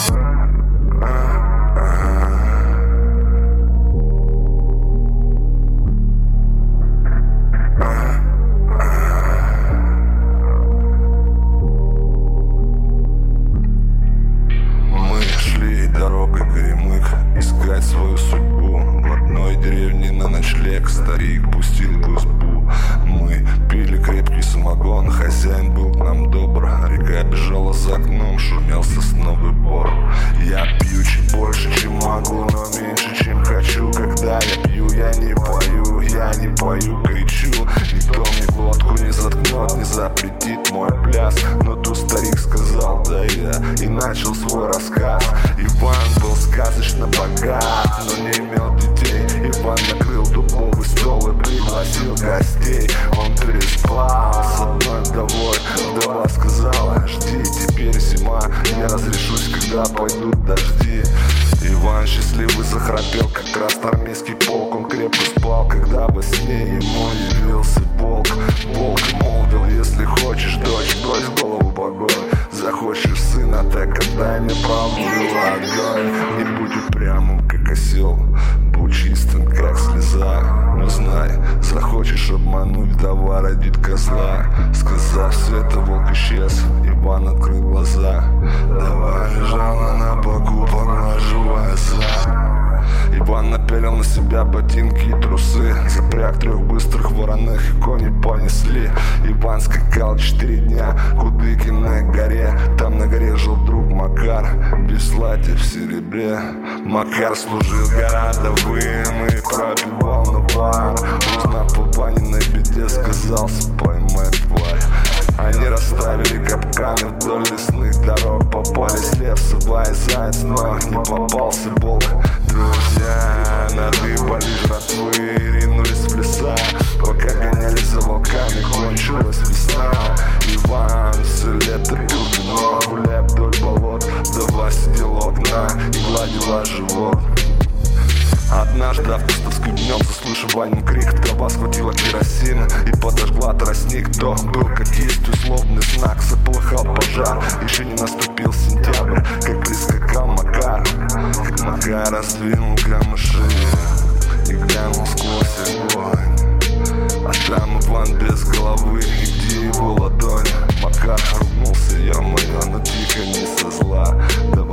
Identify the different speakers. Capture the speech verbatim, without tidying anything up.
Speaker 1: Свою судьбу в одной деревне на ночлег старик пустил в избу. Мы пили крепкий самогон, хозяин был к нам добр. Река бежала за окном, шумел сосновый бор. Я пью чуть больше, чем могу, но меньше, чем хочу. Когда я пью, я не пою, я не пою, кричу. Никто мне глотку не заткнет, не запретит мой пляс. Но тут старик сказал, да я, и начал свой рассказ. Иван был сказочно богат, но не имел детей. Иван накрыл дубовый стол и пригласил гостей. Он переспал с одной вдовой. Вдова сказала, жди, теперь зима, я разрешусь, когда пойдут дожди. Иван счастливый захрапел, как красноармейский полк. Он крепко спал, когда во сне ему явился волк. Волк молвил, если хочешь, дочь, брось голову в огонь. Захочешь сына, так отдай мне правду огонь. Не будь упрямым, как осел, будь чистым, как слеза. Но знай, захочешь обмануть, вдова родит козла. Сказав все это, волк исчез, Иван открыл глаза. Вдова лежала на боку, поглаживая зад. Иван напялил на себя ботинки и трусы, запряг трех быстрых вороных, и кони понесли. Иван скакал четыре дня к Удыкиной горе. Там на горе жил друг Макар, без злати в серебре. Макар служил городовым и пропивал навар. Узнав о Ваниной беде, сказал, поймай тварь. Они расставили капканы вдоль лесных дорог. Попались лев, сова и заяц, но не попался волк. Друзья надыбали жратвы и ринулись в леса. Пока гонялись за волками, кончилась весна. Иван все лето пил вино, гуляя вдоль болот. Вдова сидела у окна и гладила живот. Однажды августовским днем, заслышав Ванин крик, трава схватила керосин и подожгла тростник. То был как есть условный знак, заполыхал пожар. Еще не наступил сентябрь, как прискакал Макар. Как Макар раздвинул камыши и глянул сквозь огонь. А там Иван без головы, где его ладонь. Макар ругнулся, ё-моё, но тихо, не со зла.